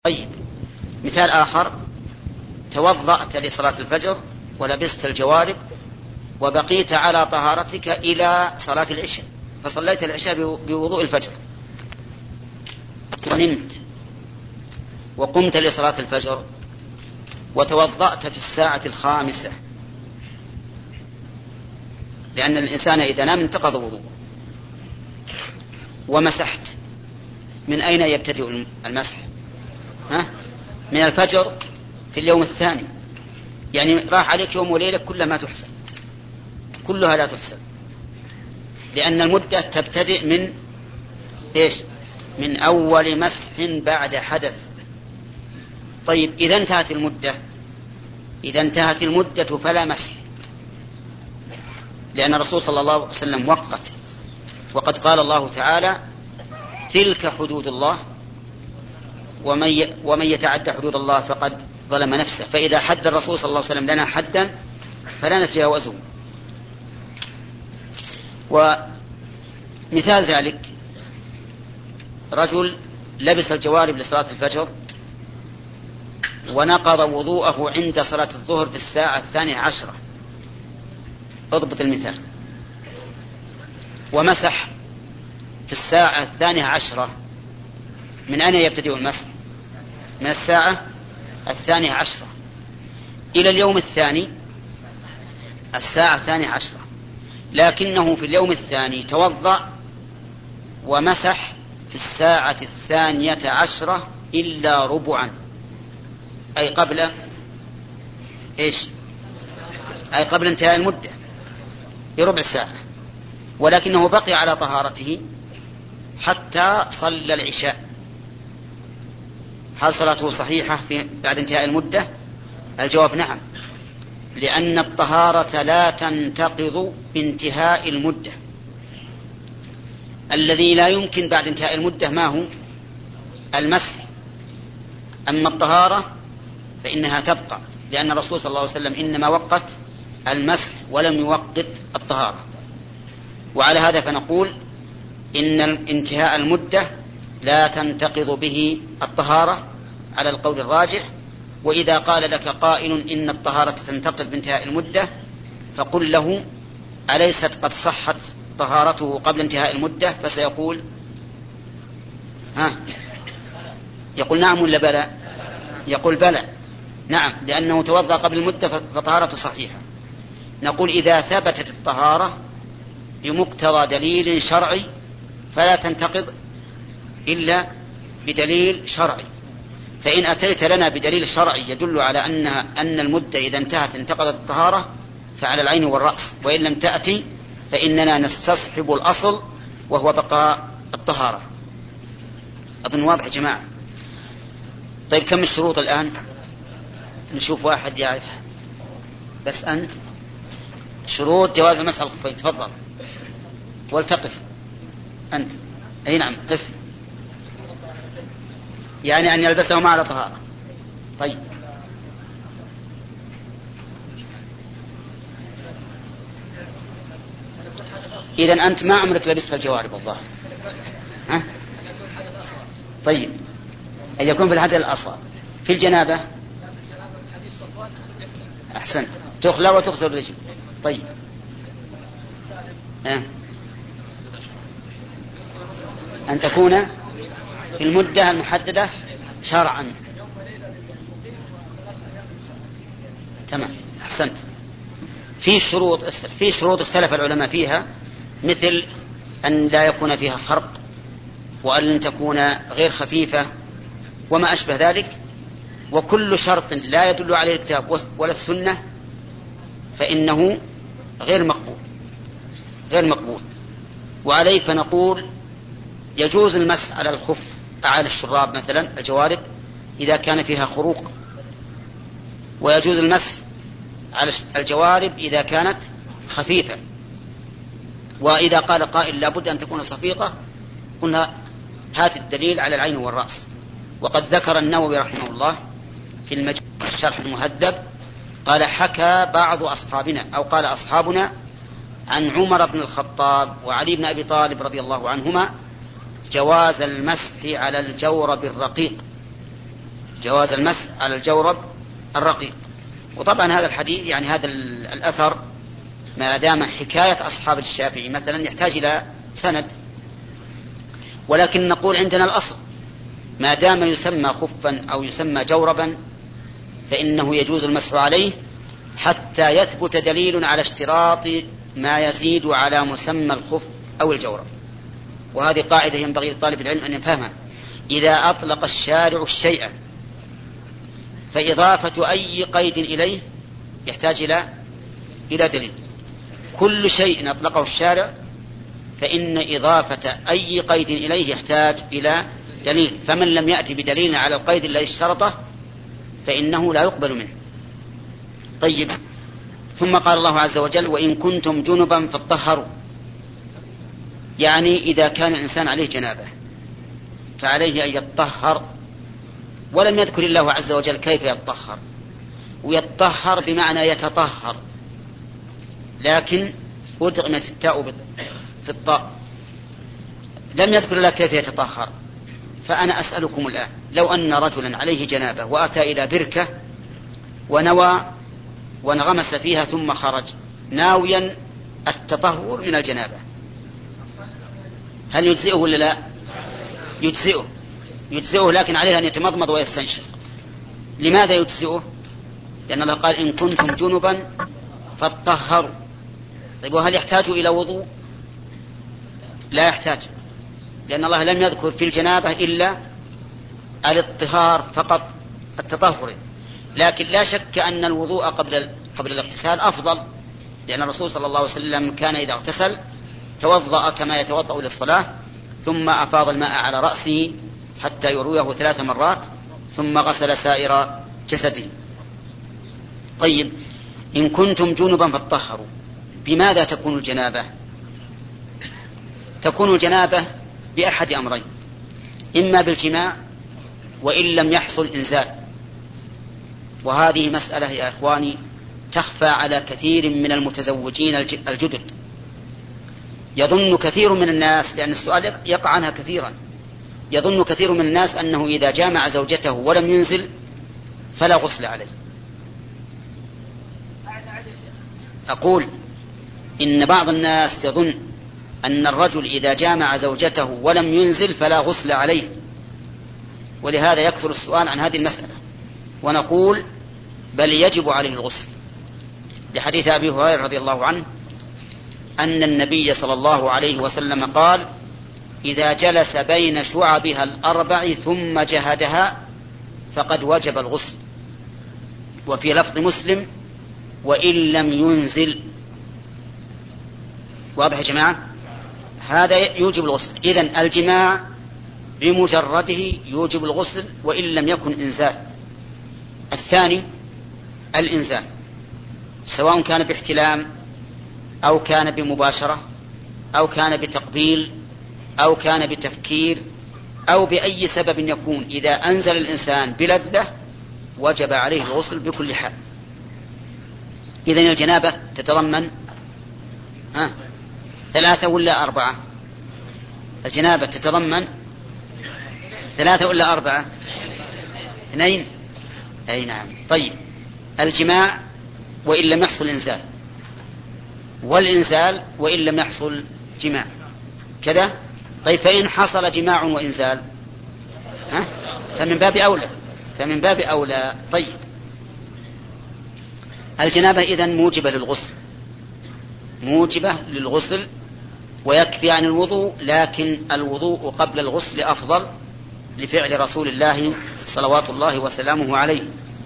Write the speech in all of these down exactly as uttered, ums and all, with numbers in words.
طيب، مثال آخر: توضأت لصلاة الفجر ولبست الجوارب وبقيت على طهارتك إلى صلاة العشاء، فصليت العشاء بوضوء الفجر ونمت وقمت لصلاة الفجر وتوضأت في الساعة الخامسة، لأن الإنسان إذا نام انتقض وضوءه، ومسحت. من أين يبتدئ المسح؟ ها؟ من الفجر في اليوم الثاني، يعني راح عليك يوم وليلة كلها ما تحسب، كلها لا تحسب، لأن المدة تبتدئ من إيش؟ من أول مسح بعد حدث. طيب، إذا انتهت المدة إذا انتهت المدة فلا مسح، لأن الرسول صلى الله عليه وسلم وقت، وقد قال الله تعالى: تلك حدود الله ومن ومن يتعدى حدود الله فقد ظلم نفسه. فإذا حد الرسول صلى الله عليه وسلم لنا حدا فلا نتجاوزه. ومثال ذلك: رجل لبس الجوارب لصلاة الفجر ونقض وضوءه عند صلاة الظهر في الساعة الثانية عشرة، اضبط المثال، ومسح في الساعة الثانية عشرة. من أين يبتدئ المسح؟ من الساعة الثانية عشرة إلى اليوم الثاني الساعة الثانية عشرة، لكنه في اليوم الثاني توضأ ومسح في الساعة الثانية عشرة إلا ربعا، أي قبل إيش؟ أي قبل انتهاء المدة بربع ساعة، ولكنه بقي على طهارته حتى صلى العشاء. هل صلاته صحيحة في بعد انتهاء المدة؟ الجواب نعم، لأن الطهارة لا تنتقض بانتهاء المدة. الذي لا يمكن بعد انتهاء المدة ما هو؟ المسح. أما الطهارة فإنها تبقى، لأن الرسول صلى الله عليه وسلم إنما وقت المسح ولم يوقت الطهارة. وعلى هذا فنقول إن انتهاء المدة لا تنتقض به الطهارة على القول الراجح. وإذا قال لك قائل إن الطهارة تنتقض بانتهاء المدة، فقل له: أليست قد صحت طهارته قبل انتهاء المدة؟ فسيقول ها يقول نعم ولا بلى؟ يقول بلى، نعم، لأنه توضأ قبل المدة فطهارته صحيحة. نقول: إذا ثبتت الطهارة بمقتضى دليل شرعي فلا تنتقض إلا بدليل شرعي. فإن أتيت لنا بدليل شرعي يدل على أن أن المدة إذا انتهت انتقضت الطهارة فعلى العين والرأس، وإن لم تأتي فإننا نستصحب الأصل وهو بقاء الطهارة. أظن واضح يا جماعة. طيب، كم الشروط الآن؟ نشوف واحد يعرف. بس أنت شروط جواز المسح الخفين، تفضل والتقف أنت. أي نعم، قف، يعني أن يلبسهما على طهارة. طيب، إذن أنت ما عمرك لبست الجوارب الظاهر. ها؟ طيب، أن يكون في الحدث الأصغر. في الجنابة أحسنت، تخلع وتغسل الرجل. طيب، ها؟ أن تكون في المدة المحددة شرعا. تمام، أحسنت. في شروط في شروط اختلف العلماء فيها، مثل أن لا يكون فيها خرق، وأن تكون غير خفيفة، وما أشبه ذلك. وكل شرط لا يدل عليه الكتاب ولا السنة فإنه غير مقبول غير مقبول وعليه فنقول: يجوز المسح على الخف على الشراب مثلا الجوارب إذا كان فيها خروق، ويجوز المسح على الجوارب إذا كانت خفيفة. وإذا قال قائل لابد أن تكون صفيقة، قلنا: هات الدليل على العين والرأس. وقد ذكر النووي رحمه الله في المجموع الشرح المهذب، قال: حكى بعض أصحابنا أو قال أصحابنا عن عمر بن الخطاب وعلي بن أبي طالب رضي الله عنهما جواز المسح على الجورب الرقيق، جواز المسح على الجورب الرقيق. وطبعا هذا الحديث يعني هذا الأثر ما دام حكاية أصحاب الشافعي مثلا يحتاج إلى سند، ولكن نقول عندنا الأصل ما دام يسمى خفا أو يسمى جوربا فإنه يجوز المسح عليه حتى يثبت دليل على اشتراط ما يزيد على مسمى الخف أو الجورب. وهذه قاعدة ينبغي لطالب العلم أن يفهمها. إذا أطلق الشارع الشيء فإضافة أي قيد إليه يحتاج إلى إلى دليل. كل شيء أطلقه الشارع فإن إضافة أي قيد إليه يحتاج إلى دليل، فمن لم يأتي بدليل على القيد الذي اشترطه فإنه لا يقبل منه. طيب، ثم قال الله عز وجل وإن كنتم جنبا فاطهروا، يعني إذا كان الإنسان عليه جنابه فعليه أن يطهر، ولم يذكر الله عز وجل كيف يطهر، ويطهر بمعنى يتطهر، لكن أدغمت التاء في الطاء، لم يذكر الله كيف يتطهر. فأنا أسألكم الآن لو أن رجلا عليه جنابه وأتى إلى بركة ونوى وانغمس فيها ثم خرج ناويا التطهر من الجنابة، هل يجزئه ولا لا؟ يجزئه يجزئه لكن عليه أن يتمضمض ويستنشق. لماذا يجزئه؟ لأن الله قال إن كنتم جنبا فاطهروا. طيب، وهل يحتاج إلى وضوء؟ لا يحتاج، لأن الله لم يذكر في الجنابة إلا الاطهار فقط، التطهر. لكن لا شك أن الوضوء قبل قبل الاغتسال أفضل، لأن الرسول صلى الله عليه وسلم كان إذا اغتسل توضأ كما يتوضأ للصلاة، ثم أفاض الماء على رأسه حتى يرويه ثلاث مرات، ثم غسل سائر جسده. طيب، إن كنتم جنبا فاطهروا، بماذا تكون الجنابة؟ تكون الجنابة بأحد أمرين، إما بالجماع وإن لم يحصل إنزال. وهذه مسألة يا إخواني تخفى على كثير من المتزوجين الجدد. يظن كثير من الناس، لأن السؤال يقع عنها كثيرا، يظن كثير من الناس أنه إذا جامع زوجته ولم ينزل فلا غسل عليه. أقول إن بعض الناس يظن أن الرجل إذا جامع زوجته ولم ينزل فلا غسل عليه، ولهذا يكثر السؤال عن هذه المسألة. ونقول بل يجب عليه الغسل، لحديث أبي هريرة رضي الله عنه أن النبي صلى الله عليه وسلم قال إذا جلس بين شعبها الأربع ثم جهدها فقد وجب الغسل. وفي لفظ مسلم وإن لم ينزل. واضح يا جماعة؟ هذا يوجب الغسل. إذن الجماع بمجرده يوجب الغسل وإن لم يكن إنزال. الثاني الإنزال، سواء كان باحتلام أو كان بمباشرة أو كان بتقبيل أو كان بتفكير أو بأي سبب يكون، إذا أنزل الإنسان بلذة وجب عليه الغسل بكل حال. إذن الجنابة تتضمن ها ثلاثة ولا أربعة؟ الجنابة تتضمن ثلاثة ولا أربعة؟ اثنين. أي نعم. طيب، الجماع وإن لم يحصل إنزال، والإنزال وإن لم يحصل جماع كذا. طيب، فإن حصل جماع وإنزال ها؟ فمن باب أولى فمن باب أولى. طيب، الجنابة إذن موجبة للغسل موجبة للغسل ويكفي عن الوضوء، لكن الوضوء قبل الغسل أفضل لفعل رسول الله صلوات الله وسلامه عليه.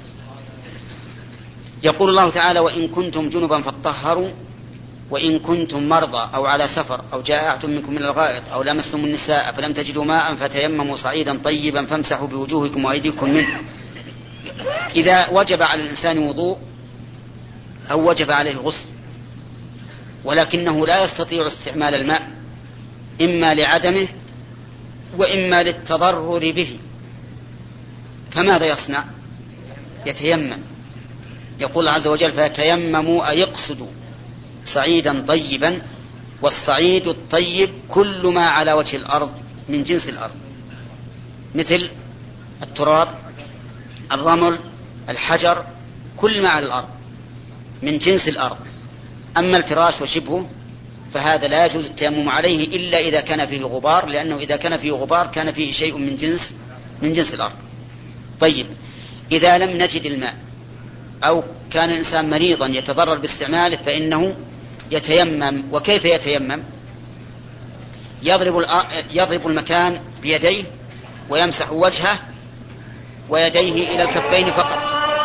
يقول الله تعالى وإن كنتم جنبا فاطهروا وإن كنتم مرضى أو على سفر أو جاء أحد منكم من الغائط أو لمستم النساء فلم تجدوا ماء فتيمموا صعيدا طيبا فامسحوا بوجوهكم وأيديكم منه. إذا وجب على الإنسان وضوء أو وجب عليه الغسل ولكنه لا يستطيع استعمال الماء، إما لعدمه وإما للتضرر به، فماذا يصنع؟ يتيمم. يقول الله عز وجل فيتيمموا أي يقصدوا صعيدا طيبا، والصعيد الطيب كل ما على وجه الأرض من جنس الأرض، مثل التراب الرمل، الحجر، كل ما على الأرض من جنس الأرض. أما الفراش وشبهه فهذا لا يجوز التيمم عليه إلا إذا كان فيه غبار، لأنه إذا كان فيه غبار كان فيه شيء من جنس من جنس الأرض. طيب، إذا لم نجد الماء أو كان الإنسان مريضا يتضرر باستعماله فإنه يتيمم. وكيف يتيمم؟ يضرب يضرب المكان بيديه ويمسح وجهه ويديه إلى الكفين فقط.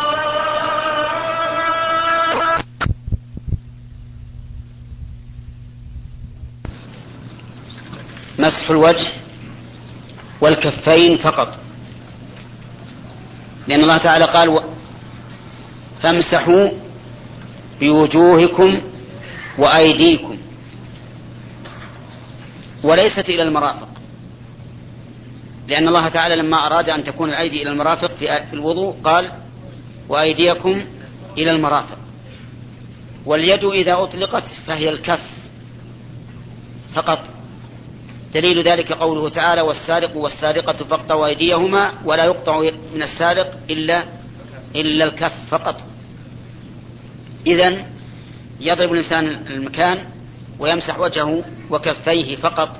مسح الوجه والكفين فقط، لأن الله تعالى قال فامسحوا بوجوهكم وأيديكم، وليست إلى المرافق، لأن الله تعالى لما أراد أن تكون الأيدي إلى المرافق في الوضوء قال وأيديكم إلى المرافق. واليد إذا أطلقت فهي الكف فقط. دليل ذلك قوله تعالى والسارق والسارقة فاقطعوا أيديهما ولا يقطع من السارق إلا إلا الكف فقط. إذن يضرب الإنسان المكان ويمسح وجهه وكفيه فقط.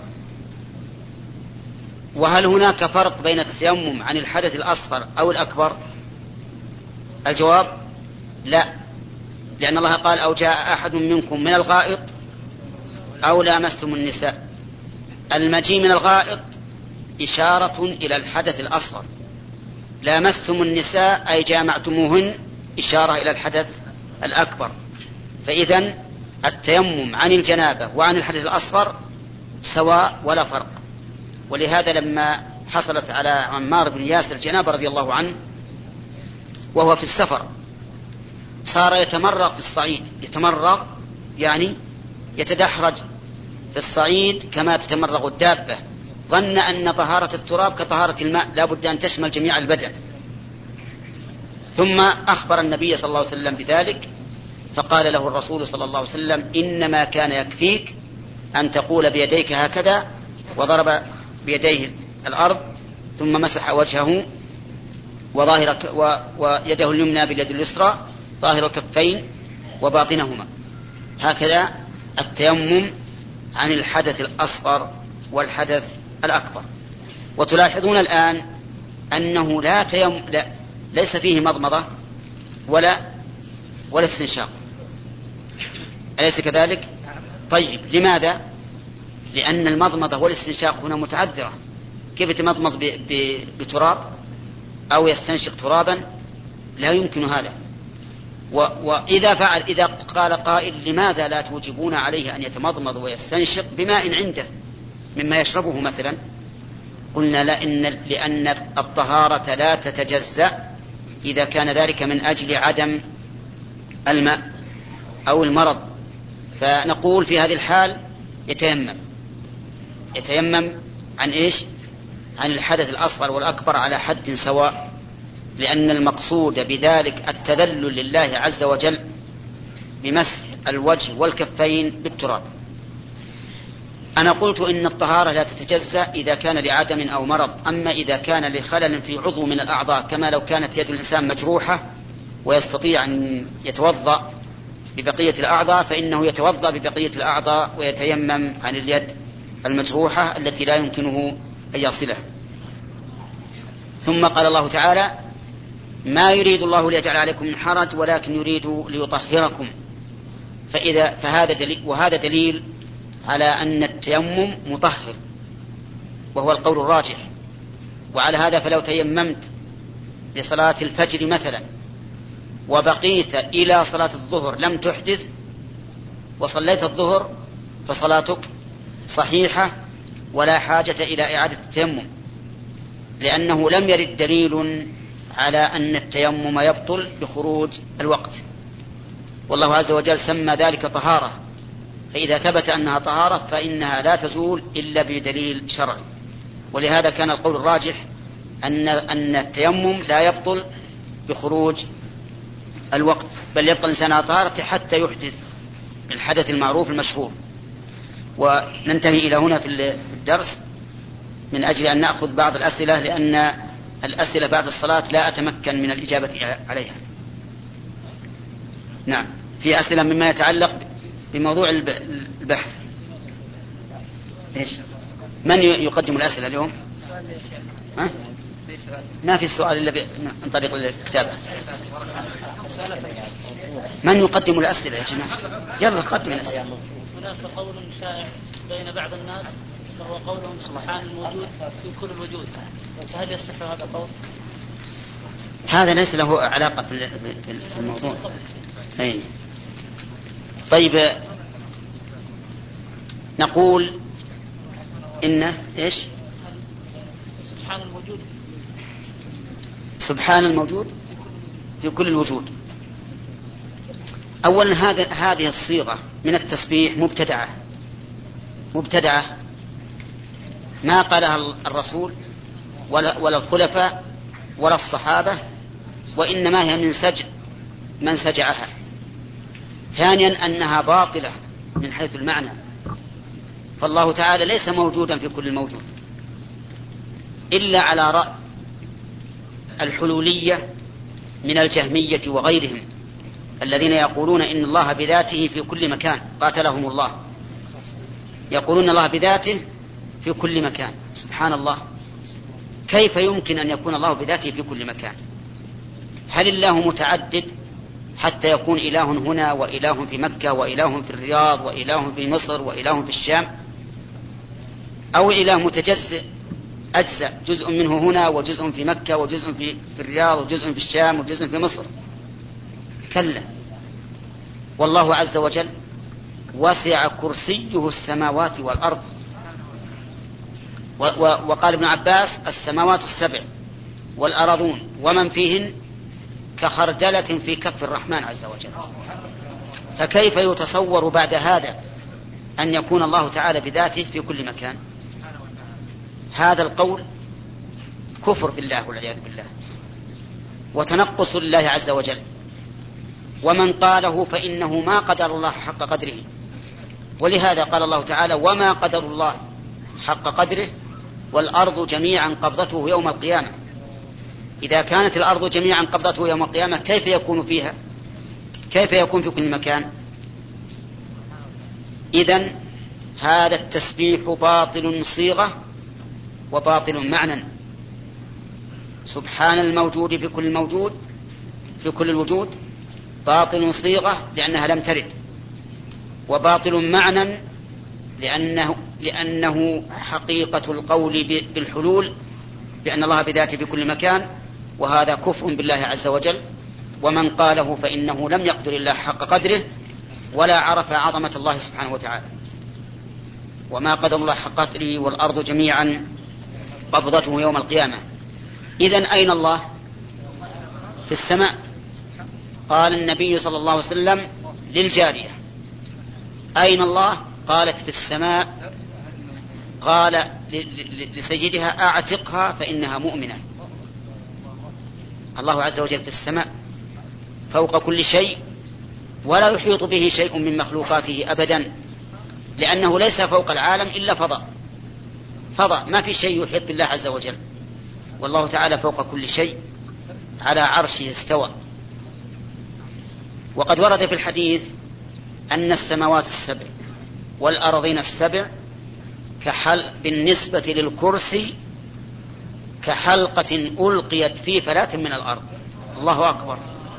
وهل هناك فرق بين التيمم عن الحدث الأصغر أو الأكبر؟ الجواب لا، لأن الله قال أو جاء أحد منكم من الغائط أو لامستم النساء. المجيء من الغائط إشارة إلى الحدث الأصغر، لامستم النساء أي جامعتموهن إشارة إلى الحدث الأكبر. فإذن التيمم عن الجنابة وعن الحدث الأصغر سواء ولا فرق. ولهذا لما حصلت على عمار بن ياسر الجنابة رضي الله عنه وهو في السفر صار يتمرغ في الصعيد، يتمرغ يعني يتدحرج في الصعيد كما تتمرغ الدابة، ظن أن طهارة التراب كطهارة الماء لا بد أن تشمل جميع البدن. ثم أخبر النبي صلى الله عليه وسلم بذلك فقال له الرسول صلى الله عليه وسلم إنما كان يكفيك أن تقول بيديك هكذا، وضرب بيديه الأرض ثم مسح وجهه وظاهر و... ويده اليمنى باليد اليسرى ظاهر الكفين وباطنهما. هكذا التيمم عن الحدث الأصغر والحدث الأكبر. وتلاحظون الآن أنه لا تيم... لا ليس فيه مضمضة ولا ولا استنشاق، أليس كذلك؟ طيب، لماذا؟ لأن المضمضة والاستنشاق هنا متعذرة. كيف يتمضمض ب... ب... بتراب أو يستنشق ترابا؟ لا يمكن هذا. و... وإذا فعل إذا قال قائل لماذا لا توجبون عليه أن يتمضمض ويستنشق بماء عنده مما يشربه مثلا؟ قلنا لا، إن لأن الطهارة لا تتجزأ إذا كان ذلك من أجل عدم الماء أو المرض. فنقول في هذه الحال يتيمم يتيمم عن إيش؟ عن الحدث الأصغر والأكبر على حد سواء، لأن المقصود بذلك التذلل لله عز وجل بمسح الوجه والكفين بالتراب. أنا قلت إن الطهارة لا تتجزأ إذا كان لعدم أو مرض. أما إذا كان لخلل في عضو من الأعضاء كما لو كانت يد الإنسان مجروحة ويستطيع أن يتوضأ ببقية الأعضاء فإنه يتوضأ ببقية الأعضاء ويتيمم عن اليد المجروحة التي لا يمكنه أن يصلها. ثم قال الله تعالى ما يريد الله ليجعل عليكم من حرج ولكن يريد ليطهركم. فإذا فهذا دليل، وهذا دليل على أن التيمم مطهر وهو القول الراجح. وعلى هذا فلو تيممت لصلاة الفجر مثلا وبقيت إلى صلاة الظهر لم تحدث وصليت الظهر فصلاتك صحيحة ولا حاجة إلى إعادة التيمم، لأنه لم يرد دليل على أن التيمم يبطل بخروج الوقت. والله عز وجل سمى ذلك طهارة، فإذا ثبت أنها طهارة فإنها لا تزول إلا بدليل شرعي. ولهذا كان القول الراجح أن أن التيمم لا يبطل بخروج الوقت، بل يبقى الإنسان على طهارته حتى يحدث الحدث المعروف المشهور. وننتهي إلى هنا في الدرس من أجل أن نأخذ بعض الأسئلة، لأن الأسئلة بعد الصلاة لا أتمكن من الإجابة عليها. نعم، في أسئلة مما يتعلق بموضوع البحث. إيش؟ من يقدم الأسئلة اليوم؟ ها؟ ما في السؤال إلا من طريق الكتابة. من يقدم الأسئلة يا جماعة؟ يلا قدم الأسئلة. هناك قول شائع بين بعض الناس وهو قولهم سبحان الموجود في كل الوجود، فهل يصح هذا القول؟ هذا ليس له علاقة في الموضوع. أي. طيب، نقول إن إيش؟ سبحان الموجود سبحان الموجود في كل الوجود. أولا هذا هذه الصيغة من التسبيح مبتدعة مبتدعة ما قالها الرسول ولا, ولا الخلفاء ولا الصحابة، وإنما هي من سجع من سجعها. ثانيا أنها باطلة من حيث المعنى، فالله تعالى ليس موجودا في كل الموجود إلا على رأي الحلولية من الجهمية وغيرهم الذين يقولون إن الله بذاته في كل مكان، قاتلهم الله، يقولون الله بذاته في كل مكان. سبحان الله، كيف يمكن أن يكون الله بذاته في كل مكان؟ هل الله متعدد حتى يكون إله هنا وإله في مكة وإله في الرياض وإله في مصر وإله في الشام، أو إله متجزئ أجزاء، جزء منه هنا وجزء في مكة وجزء في الرياض وجزء في الشام وجزء في مصر؟ كلا، والله عز وجل وسع كرسيه السماوات والأرض. وقال ابن عباس: السماوات السبع والأرضون ومن فيهن كخردلة في كف الرحمن عز وجل. فكيف يتصور بعد هذا أن يكون الله تعالى بذاته في كل مكان؟ هذا القول كفر بالله والعياذ بالله وتنقص لله عز وجل. ومن قاله فإنه ما قدر الله حق قدره، ولهذا قال الله تعالى: وما قدر الله حق قدره والأرض جميعا قبضته يوم القيامة. إذا كانت الأرض جميعا قبضته يوم القيامة كيف يكون فيها؟ كيف يكون في كل مكان؟ إذن هذا التسبيح باطل صيغة وباطل معنى. سبحان الموجود في كل موجود في كل الوجود باطل صيغة لأنها لم ترد، وباطل معنى لأنه, لأنه حقيقة القول بالحلول بأن الله بذاته في كل مكان، وهذا كفر بالله عز وجل. ومن قاله فإنه لم يقدر الله حق قدره ولا عرف عظمة الله سبحانه وتعالى. وما قدر الله حق قدره والأرض جميعا قبضته يوم القيامة. إذن أين الله؟ في السماء. قال النبي صلى الله عليه وسلم للجارية: أين الله؟ قالت: في السماء. قال لسيدها: أعتقها فإنها مؤمنة. الله عز وجل في السماء فوق كل شيء، ولا يحيط به شيء من مخلوقاته أبدا، لأنه ليس فوق العالم إلا فضاء فضاء ما في شيء يحيط بالله عز وجل. والله تعالى فوق كل شيء على عرشه استوى. وقد ورد في الحديث أن السماوات السبع والأرضين السبع كحل بالنسبة للكرسي كحلقة ألقيت في فلاة من الأرض. الله أكبر!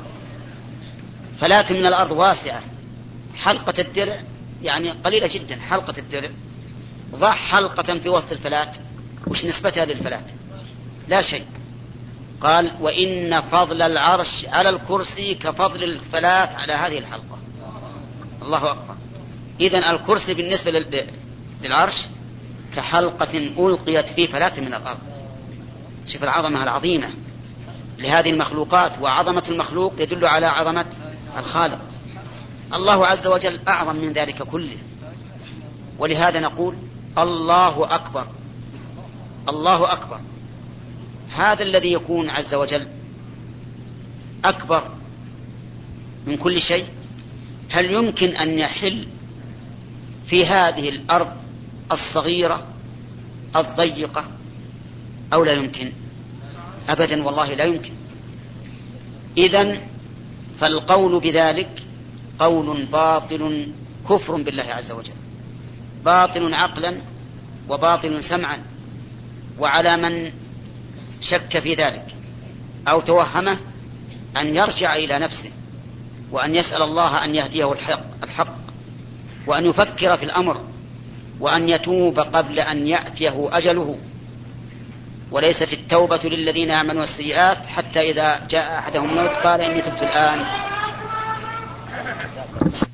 فلاة من الأرض واسعة، حلقة الدرع يعني قليلة جدا. حلقة الدرع ضع حلقة في وسط الفلاة، وش نسبتها للفلاة؟ لا شيء. قال: وإن فضل العرش على الكرسي كفضل الفلاة على هذه الحلقة. الله أكبر! إذن الكرسي بالنسبة للعرش كحلقة ألقيت في فلاة من الأرض. شوف العظمة العظيمة لهذه المخلوقات، وعظمة المخلوق يدل على عظمة الخالق. الله عز وجل أعظم من ذلك كله، ولهذا نقول: الله أكبر، الله أكبر. هذا الذي يكون عز وجل أكبر من كل شيء، هل يمكن أن يحل في هذه الأرض الصغيرة الضيقة أو لا يمكن؟ أبدا والله لا يمكن. إذن فالقول بذلك قول باطل كفر بالله عز وجل، باطل عقلا وباطل سمعا. وعلى من شك في ذلك أو توهمه أن يرجع إلى نفسه وأن يسأل الله أن يهديه الحق, الحق وأن يفكر في الأمر وأن يتوب قبل أن يأتيه أجله. وليست التوبة للذين يعملون السيئات حتى إذا جاء أحدهم الموت قال إني تبت الآن.